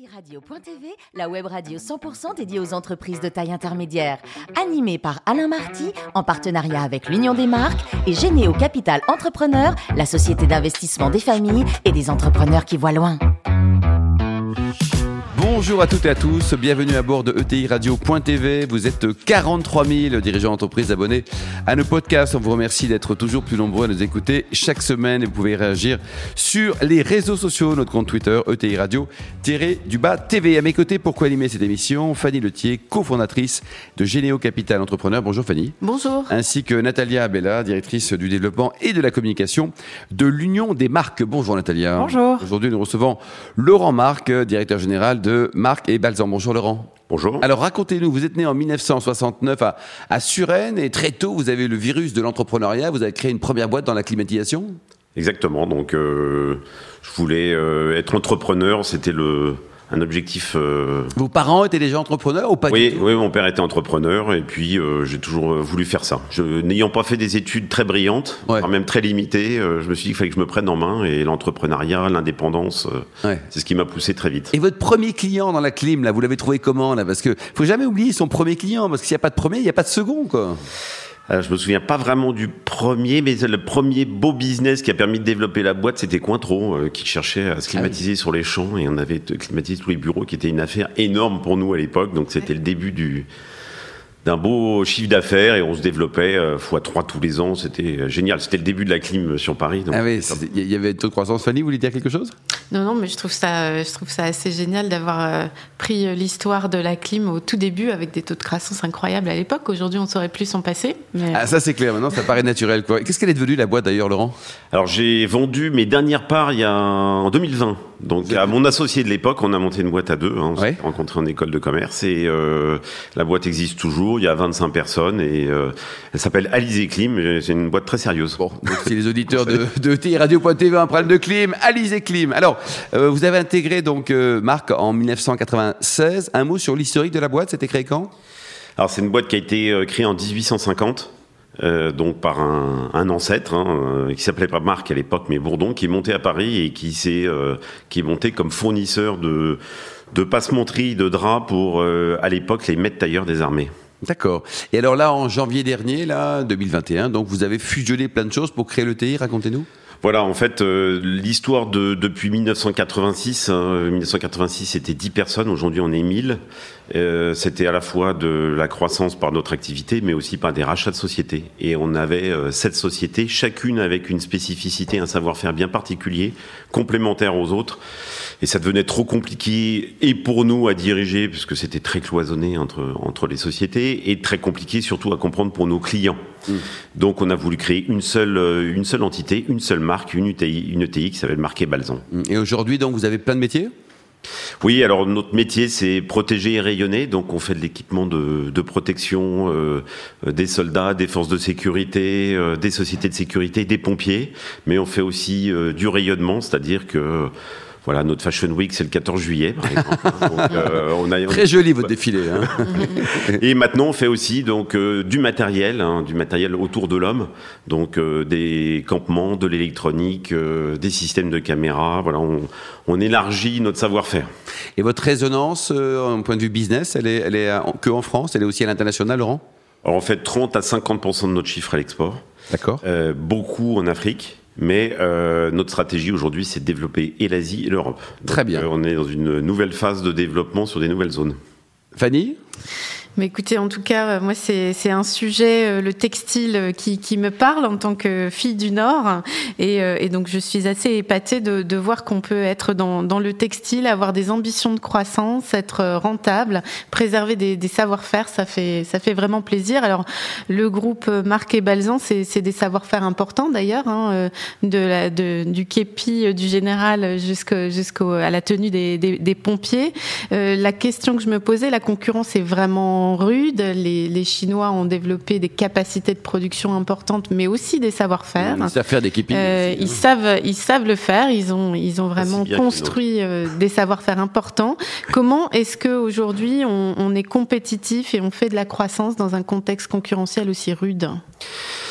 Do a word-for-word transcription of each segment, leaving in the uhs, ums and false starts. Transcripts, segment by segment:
Radio point T V, la web radio cent pour cent dédiée aux entreprises de taille intermédiaire. Animée par Alain Marty, en partenariat avec l'Union des marques et Généo Capital Entrepreneur, la société d'investissement des familles et des entrepreneurs qui voient loin. Bonjour à toutes et à tous, bienvenue à bord de E T I Radio point T V. Vous êtes quarante-trois mille dirigeants d'entreprise abonnés à nos podcasts. On vous remercie d'être toujours plus nombreux à nous écouter chaque semaine. Et vous pouvez réagir sur les réseaux sociaux, notre compte Twitter, E T I Radio-du-bas T V. À mes côtés, pour co-animer cette émission, Fanny Letier, cofondatrice de Généo Capital Entrepreneur. Bonjour Fanny. Bonjour. Ainsi que Natalia Abella, directrice du développement et de la communication de l'Union des marques. Bonjour Natalia. Bonjour. Aujourd'hui, nous recevons Laurent Marc, directeur général de Marc et Balzan. Bonjour Laurent. Bonjour. Alors racontez-nous, vous êtes né en dix-neuf cent soixante-neuf à, à Suresnes et très tôt vous avez le virus de l'entrepreneuriat, vous avez créé une première boîte dans la climatisation ? Exactement, donc euh, je voulais euh, être entrepreneur, c'était le... un objectif. Euh... Vos parents étaient déjà entrepreneurs ou pas oui, du tout ? Oui, mon père était entrepreneur et puis euh, j'ai toujours voulu faire ça. Je, n'ayant pas fait des études très brillantes, ouais. voire même très limitées, euh, je me suis dit qu'il fallait que je me prenne en main et l'entrepreneuriat, l'indépendance, euh, ouais. c'est ce qui m'a poussé très vite. Et votre premier client dans la clim, là, vous l'avez trouvé comment là ? Parce que faut jamais oublier son premier client, parce que s'il n'y a pas de premier, il n'y a pas de second, quoi. Alors, je me souviens pas vraiment du premier, mais le premier beau business qui a permis de développer la boîte, c'était Cointreau, euh, qui cherchait à se climatiser ah oui. sur les champs, et on avait climatisé tous les bureaux, qui était une affaire énorme pour nous à l'époque. Donc c'était ouais. le début du d'un beau chiffre d'affaires, et on se développait euh, fois trois tous les ans. C'était génial. C'était le début de la clim sur Paris. Donc ah oui, il y avait un taux de croissance. Fanny, vous voulez dire quelque chose ? Non, non, mais je trouve ça, je trouve ça assez génial d'avoir euh, pris l'histoire de la clim au tout début avec des taux de croissance incroyables à l'époque. Aujourd'hui, on ne saurait plus s'en passer. Mais... Ah, ça c'est clair. Maintenant, ça paraît naturel, quoi. Qu'est-ce qu'elle est devenue la boîte d'ailleurs, Laurent ? Alors, j'ai vendu mes dernières parts il y a en deux mille vingt. Donc, à mon associé de l'époque, on a monté une boîte à deux. Hein, on ouais. s'est rencontrés en école de commerce et euh, la boîte existe toujours. Il y a vingt-cinq personnes et euh, elle s'appelle Alizé Clim. C'est une boîte très sérieuse. Bon, donc si les auditeurs de, de E T I Radio point T V ont un problème de clim, Alizé Clim. Alors, euh, vous avez intégré donc euh, Marc en dix-neuf cent quatre-vingt-seize. Un mot sur l'historique de la boîte. C'était créé quand ? Alors, c'est une boîte qui a été euh, créée en dix-huit cent cinquante. Euh, donc par un, un ancêtre hein, euh, qui s'appelait pas Marc à l'époque mais Bourdon, qui est monté à Paris et qui s'est euh, qui est monté comme fournisseur de de passementerie de draps pour euh, à l'époque les maîtres tailleurs des armées. D'accord. Et alors là en janvier dernier là deux mille vingt et un, donc vous avez fusionné plein de choses pour créer l'E T I. Racontez-nous. Voilà, en fait, euh, l'histoire de depuis dix-neuf cent quatre-vingt-six, hein, dix-neuf cent quatre-vingt-six, c'était dix personnes. Aujourd'hui, on est mille. Euh, c'était à la fois de la croissance par notre activité, mais aussi par des rachats de sociétés. Et on avait euh, sept sociétés, chacune avec une spécificité, un savoir-faire bien particulier, complémentaire aux autres. Et ça devenait trop compliqué, et pour nous à diriger, puisque c'était très cloisonné entre entre les sociétés, et très compliqué surtout à comprendre pour nos clients. Mmh. Donc, on a voulu créer une seule une seule entité, une seule marque, une E T I, une E T I qui s'appelle Marc et Balzan. Et aujourd'hui, donc, vous avez plein de métiers ? Oui, alors notre métier, c'est protéger et rayonner. Donc, on fait de l'équipement de, de protection euh, des soldats, des forces de sécurité, euh, des sociétés de sécurité, des pompiers. Mais on fait aussi euh, du rayonnement, c'est-à-dire que voilà, notre Fashion Week, c'est le quatorze juillet, par exemple. Donc, euh, on a, on... Très joli votre défilé. Hein. Et maintenant, on fait aussi donc euh, du matériel, hein, du matériel autour de l'homme, donc euh, des campements, de l'électronique, euh, des systèmes de caméra. Voilà, on, on élargit notre savoir-faire. Et votre résonance, euh, en point de vue business, elle est, elle est en, que en France, elle est aussi à l'international, Laurent ? Alors, on fait trente à cinquante pour cent de notre chiffre à l'export. D'accord. Euh, beaucoup en Afrique. Mais euh, notre stratégie aujourd'hui, c'est de développer et l'Asie et l'Europe. Donc, très bien. Euh, on est dans une nouvelle phase de développement sur des nouvelles zones. Fanny ? Mais écoutez, en tout cas, moi, c'est, c'est un sujet, le textile, qui, qui me parle en tant que fille du Nord. Et, et donc, je suis assez épatée de, de voir qu'on peut être dans, dans le textile, avoir des ambitions de croissance, être rentable, préserver des, des savoir-faire. Ça fait, ça fait vraiment plaisir. Alors, le groupe Marc et Balzan, c'est, c'est des savoir-faire importants, d'ailleurs, hein, de la, de, du képi du général jusqu'à jusqu'au, à la tenue des, des, des pompiers. Euh, la question que je me posais, la concurrence est vraiment rude. Les, les Chinois ont développé des capacités de production importantes, mais aussi des savoir-faire. Ils savent faire des képis. Euh, ils savent, ils savent le faire. Ils ont, ils ont vraiment construit euh, des savoir-faire importants. Comment est-ce que aujourd'hui on, on est compétitif et on fait de la croissance dans un contexte concurrentiel aussi rude ?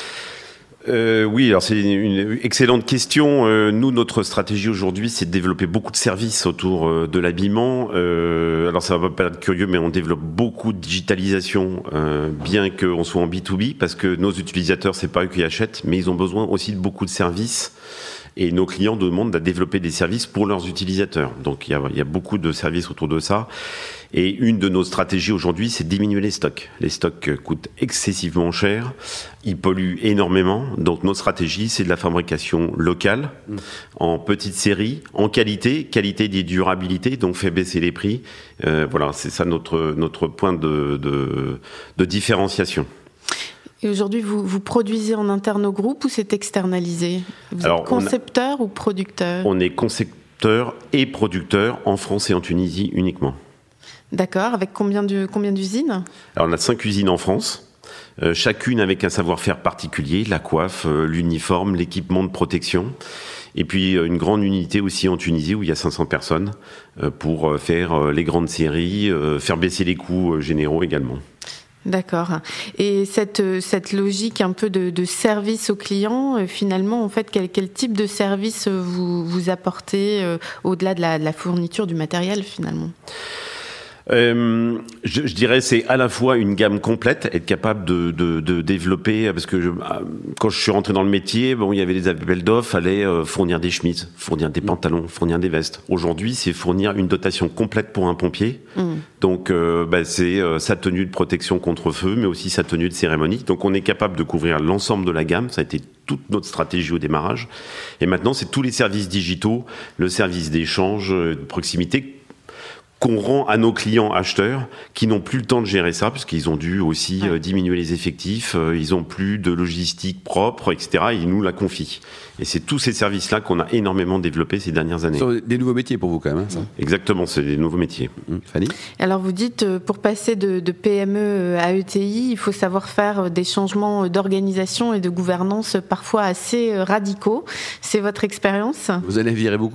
Euh, oui, alors c'est une excellente question. Euh, nous, notre stratégie aujourd'hui, c'est de développer beaucoup de services autour euh, de l'habillement. Euh, alors ça va pas être curieux, mais on développe beaucoup de digitalisation, euh, bien qu'on soit en B deux B, parce que nos utilisateurs, c'est pas eux qui achètent, mais ils ont besoin aussi de beaucoup de services. Et nos clients demandent à développer des services pour leurs utilisateurs. Donc il y a, il y a beaucoup de services autour de ça. Et une de nos stratégies aujourd'hui, c'est de diminuer les stocks. Les stocks coûtent excessivement cher, ils polluent énormément. Donc notre stratégie, c'est de la fabrication locale, mmh. en petite série, en qualité, qualité dit durabilité, donc fait baisser les prix. Euh, voilà, c'est ça notre notre point de de, de différenciation. Et aujourd'hui, vous, vous produisez en interne au groupe ou c'est externalisé ? Vous Alors, êtes concepteur a, ou producteur ? On est concepteur et producteur en France et en Tunisie uniquement. D'accord. Avec combien, de, combien d'usines ? Alors, on a cinq usines en France, euh, chacune avec un savoir-faire particulier, la coiffe, euh, l'uniforme, l'équipement de protection. Et puis une grande unité aussi en Tunisie où il y a cinq cents personnes euh, pour faire euh, les grandes séries, euh, faire baisser les coûts euh, généraux également. D'accord. Et cette, cette logique un peu de, de service aux clients, euh, finalement, en fait, quel, quel type de service vous, vous apportez euh, au-delà de la, de la fourniture du matériel, finalement ? Euh, je, je dirais c'est à la fois une gamme complète, être capable de, de, de développer, parce que je, quand je suis rentré dans le métier, bon, il y avait des appels d'offres, fallait euh, fournir des chemises, fournir des pantalons, fournir des vestes. Aujourd'hui, c'est fournir une dotation complète pour un pompier. Mmh. Donc, euh, bah, c'est euh, sa tenue de protection contre feu, mais aussi sa tenue de cérémonie. Donc, on est capable de couvrir l'ensemble de la gamme. Ça a été toute notre stratégie au démarrage. Et maintenant, c'est tous les services digitaux, le service d'échange, de proximité, qu'on rend à nos clients acheteurs qui n'ont plus le temps de gérer ça parce qu'ils ont dû aussi euh, diminuer les effectifs, euh, ils ont plus de logistique propre, et cetera. Ils nous la confient. Et c'est tous ces services-là qu'on a énormément développés ces dernières années. Ce sont des nouveaux métiers pour vous quand même, hein, ça. Exactement, c'est des nouveaux métiers. Mmh. Fanny ? Alors vous dites, pour passer de, de P M E à E T I, il faut savoir faire des changements d'organisation et de gouvernance parfois assez radicaux. C'est votre expérience ? Vous allez virer beaucoup ?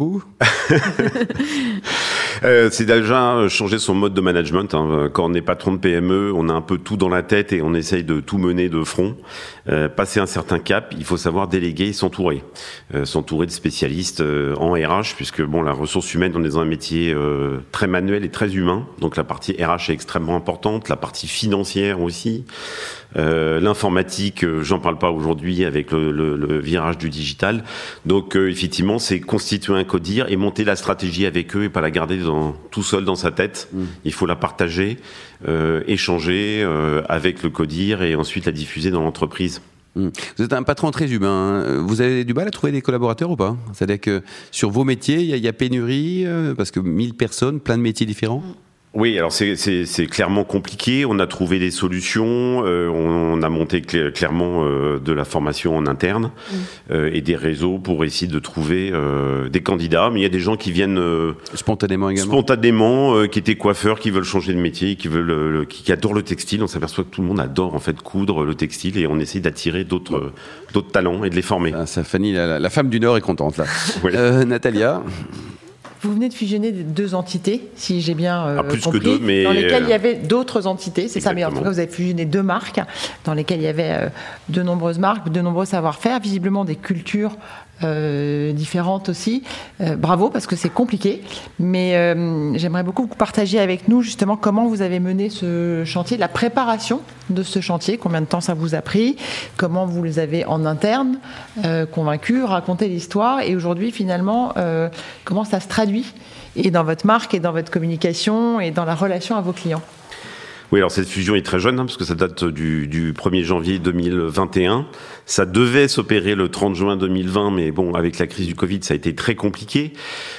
euh, C'est déjà changer son mode de management. Hein. Quand on est patron de P M E, on a un peu tout dans la tête et on essaye de tout mener de front. Euh, passer un certain cap, il faut savoir déléguer et s'entourer. Euh, s'entourer de spécialistes euh, en R H, puisque bon, la ressource humaine, on est dans un métier euh, très manuel et très humain. Donc la partie R H est extrêmement importante, la partie financière aussi. Euh, l'informatique, euh, j'en parle pas aujourd'hui avec le, le, le virage du digital. Donc euh, effectivement, c'est constituer un codir et monter la stratégie avec eux et pas la garder dans, tout seul dans sa tête. Mmh. Il faut la partager, euh, échanger euh, avec le codir et ensuite la diffuser dans l'entreprise. Mmh. Vous êtes un patron très humain. Hein. Vous avez du mal à trouver des collaborateurs ou pas ? C'est-à-dire que sur vos métiers, il y, y a pénurie euh, parce que mille personnes, plein de métiers différents. Mmh. Oui, alors c'est, c'est, c'est clairement compliqué. On a trouvé des solutions. Euh, on, on a monté cl- clairement euh, de la formation en interne mmh. euh, et des réseaux pour essayer de trouver euh, des candidats. Mais il y a des gens qui viennent euh, spontanément également. Spontanément, euh, qui étaient coiffeurs, qui veulent changer de métier, qui veulent, euh, qui, qui adorent le textile. On s'aperçoit que tout le monde adore en fait coudre le textile et on essaie d'attirer d'autres, mmh. d'autres talents et de les former. Ah, ça, Fanny, la, la femme du Nord est contente là. Oui. euh, Natalia. Vous venez de fusionner deux entités, si j'ai bien euh, ah, plus compris, que deux, mais dans lesquelles il y avait d'autres entités, c'est exactement. ça, mais en tout cas vous avez fusionné deux marques, dans lesquelles il y avait euh, de nombreuses marques, de nombreux savoir-faire, visiblement des cultures euh, différentes aussi. Euh, bravo, parce que c'est compliqué, mais euh, j'aimerais beaucoup que vous partagiez avec nous justement comment vous avez mené ce chantier, la préparation de ce chantier, combien de temps ça vous a pris, comment vous les avez en interne euh, convaincus, raconté l'histoire, et aujourd'hui finalement, euh, comment ça se traduit et dans votre marque et dans votre communication et dans la relation à vos clients. Oui, alors cette fusion est très jeune, hein, parce que ça date du, du premier janvier deux mille vingt et un. Ça devait s'opérer le trente juin deux mille vingt, mais bon, avec la crise du Covid, ça a été très compliqué.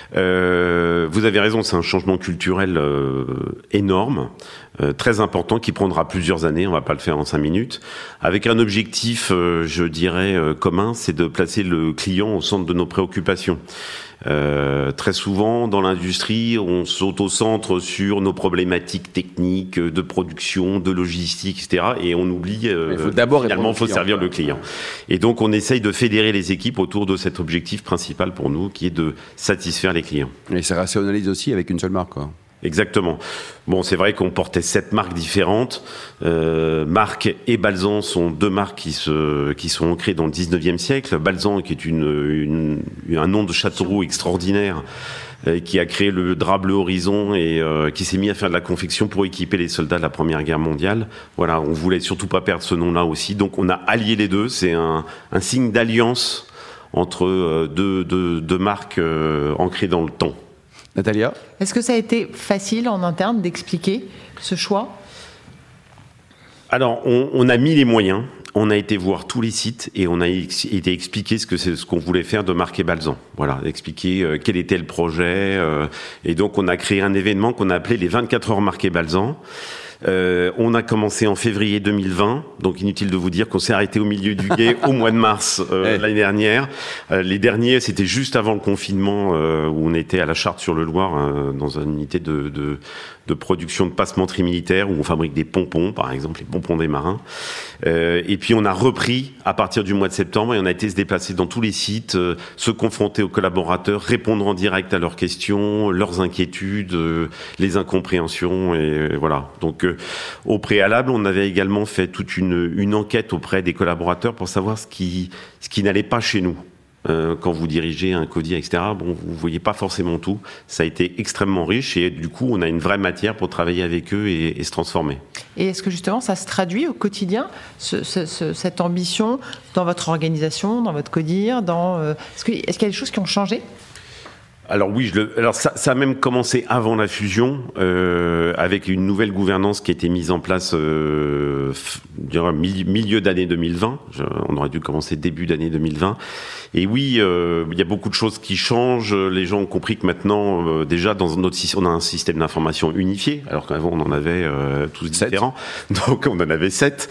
Euh, vous avez raison, c'est un changement culturel euh, énorme, euh, très important, qui prendra plusieurs années, on va pas le faire en cinq minutes, avec un objectif, euh, je dirais, euh, commun, c'est de placer le client au centre de nos préoccupations. Euh, très souvent dans l'industrie, on s'auto-centre sur nos problématiques techniques de production, de logistique, et cetera. Et on oublie euh, il faut d'abord finalement, il faut servir le client. Et donc, on essaye de fédérer les équipes autour de cet objectif principal pour nous, qui est de satisfaire les clients. Et ça rationalise aussi avec une seule marque, quoi. Exactement. Bon, c'est vrai qu'on portait sept marques différentes. Euh, Marc et Balzan sont deux marques qui se qui sont ancrées dans le dix-neuvième siècle. Balzan, qui est une, une un nom de châteauroux extraordinaire, euh, qui a créé le drap bleu horizon et euh, qui s'est mis à faire de la confection pour équiper les soldats de la Première Guerre mondiale. Voilà, on voulait surtout pas perdre ce nom-là aussi. Donc, on a allié les deux. C'est un, un signe d'alliance entre euh, deux, deux, deux marques euh, ancrées dans le temps. Natalia ? Est-ce que ça a été facile en interne d'expliquer ce choix ? Alors, on, on a mis les moyens, on a été voir tous les sites et on a ex- été expliquer ce que c'est ce qu'on voulait faire de Marc et Balzan. Voilà, expliquer euh, quel était le projet. Euh, et donc, on a créé un événement qu'on a appelé les vingt-quatre heures Marc et Balzan. Euh, on a commencé en février deux mille vingt, donc inutile de vous dire qu'on s'est arrêté au milieu du gué au mois de mars euh, ouais. l'année dernière. Euh, les derniers, c'était juste avant le confinement euh, où on était à la Charte-sur-le-Loir euh, dans une unité de, de, de production de passementerie militaire où on fabrique des pompons, par exemple les pompons des marins. Euh, et puis on a repris à partir du mois de septembre et on a été se déplacer dans tous les sites, euh, se confronter aux collaborateurs, répondre en direct à leurs questions, leurs inquiétudes, euh, les incompréhensions et, et voilà. Donc euh, au préalable, on avait également fait toute une, une enquête auprès des collaborateurs pour savoir ce qui, ce qui n'allait pas chez nous. Euh, quand vous dirigez un codir, et cetera, bon, vous voyez pas forcément tout. Ça a été extrêmement riche et du coup, on a une vraie matière pour travailler avec eux et, et se transformer. Et est-ce que justement, ça se traduit au quotidien, ce, ce, ce, cette ambition dans votre organisation, dans votre codir, dans, euh, est-ce, que, est-ce qu'il y a des choses qui ont changé ? Alors oui, je le, alors ça, ça a même commencé avant la fusion, euh, avec une nouvelle gouvernance qui a été mise en place euh, f, milieu d'année deux mille vingt. Je, on aurait dû commencer début d'année deux mille vingt. Et oui, euh, il y a beaucoup de choses qui changent. Les gens ont compris que maintenant, euh, déjà dans notre système, on a un système d'information unifié, alors qu'avant on en avait euh, tous différents. Donc on en avait sept.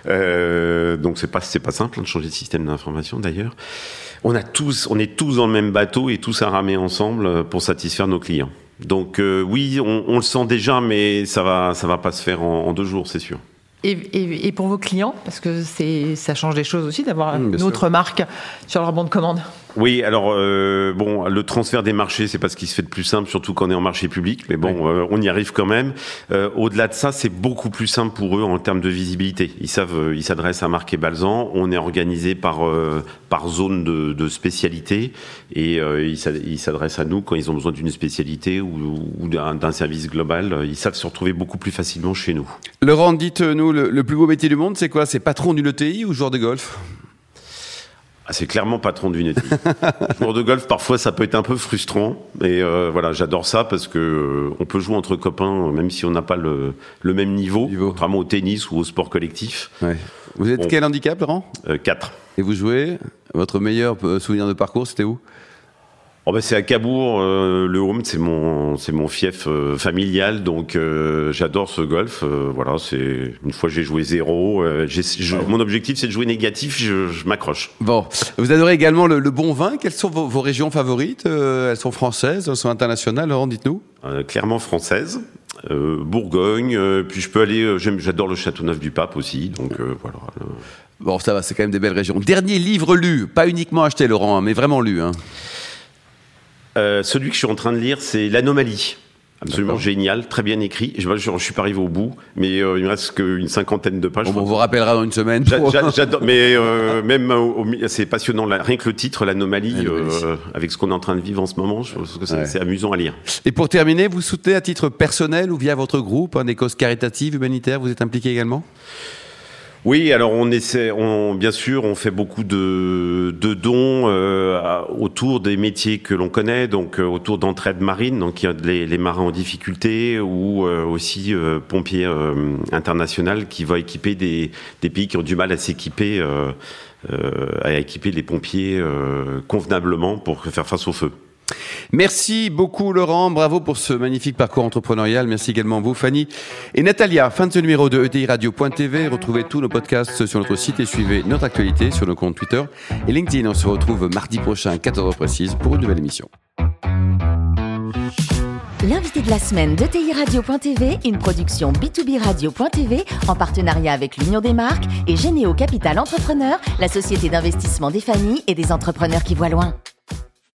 Euh, donc c'est pas c'est pas simple hein, de changer de système d'information d'ailleurs. On a tous, on est tous dans le même bateau et tous à ramer ensemble pour satisfaire nos clients. Donc euh, oui, on, on le sent déjà, mais ça va, ça va pas se faire en, en deux jours, c'est sûr. Et, et, et pour vos clients, parce que c'est, ça change les choses aussi d'avoir mmh, une autre sûr. marque sur leur bon de commande. Oui, alors euh, bon, le transfert des marchés, c'est pas ce qui se fait de plus simple, surtout quand on est en marché public. Mais bon, oui. euh, on y arrive quand même. Euh, au-delà de ça, c'est beaucoup plus simple pour eux en termes de visibilité. Ils savent, euh, ils s'adressent à Marc et Balzan. On est organisé par euh, par zone de, de spécialité et euh, ils s'adressent à nous quand ils ont besoin d'une spécialité ou, ou d'un, d'un service global. Ils savent se retrouver beaucoup plus facilement chez nous. Laurent, dites-nous, le, le plus beau métier du monde, c'est quoi ? C'est patron d'une E T I ou joueur de golf ? Ah, c'est clairement patron d'une E T I. Joueur de golf, parfois, ça peut être un peu frustrant. Mais euh, voilà, j'adore ça parce que euh, on peut jouer entre copains, même si on n'a pas le, le même niveau, niveau, contrairement au tennis ou au sport collectif. Ouais. Vous êtes bon. Quel handicap, Laurent ? euh, quatre. Et vous jouez ? Votre meilleur souvenir de parcours, c'était où ? Oh ben c'est à Cabourg, euh, le home, c'est mon c'est mon fief euh, familial, donc euh, j'adore ce golf. Euh, voilà, c'est une fois j'ai joué zéro. Euh, j'ai, je, mon objectif c'est de jouer négatif. Je, je m'accroche. Bon, vous adorez également le, le bon vin. Quelles sont vos, vos régions favorites ? euh, Elles sont françaises, elles sont internationales. Laurent, dites-nous. Euh, clairement française. Euh, Bourgogne. Euh, puis je peux aller. Euh, j'aime, j'adore le Châteauneuf du Pape aussi. Donc euh, voilà. Euh... Bon, ça va, c'est quand même des belles régions. Dernier livre lu, pas uniquement acheté, Laurent, mais vraiment lu. Hein. Euh, celui que je suis en train de lire, c'est L'Anomalie. Absolument D'accord. Génial, très bien écrit. Je ne suis pas arrivé au bout, mais euh, il me reste qu'une cinquantaine de pages. Bon, on vous rappellera dans une semaine. Pour... J'a, j'adore, mais euh, même au, au, c'est passionnant. Là, rien que le titre, L'Anomalie, euh, avec ce qu'on est en train de vivre en ce moment, je pense que c'est, ouais. c'est amusant à lire. Et pour terminer, vous soutenez à titre personnel ou via votre groupe, hein, des causes caritatives, humanitaires, vous êtes impliqué également ? Oui, alors on essaie, on, bien sûr, on fait beaucoup de, de dons euh, autour des métiers que l'on connaît, donc euh, autour d'entraide marine, donc il y a les, les marins en difficulté, ou euh, aussi euh, pompiers euh, international qui va équiper des, des pays qui ont du mal à s'équiper, euh, euh, à équiper les pompiers euh, convenablement pour faire face au feu. Merci beaucoup Laurent, bravo pour ce magnifique parcours entrepreneurial. Merci également à vous Fanny et Natalia. Fin de ce numéro de E T I Radio point T V. Retrouvez tous nos podcasts sur notre site et suivez notre actualité sur nos comptes Twitter et LinkedIn. On se retrouve mardi prochain à quatorze heures précise pour une nouvelle émission. L'invité de la semaine d'E T I Radio point T V, une production B deux B Radio point T V en partenariat avec l'Union des marques et Généo Capital Entrepreneur, la société d'investissement des familles et des entrepreneurs qui voient loin.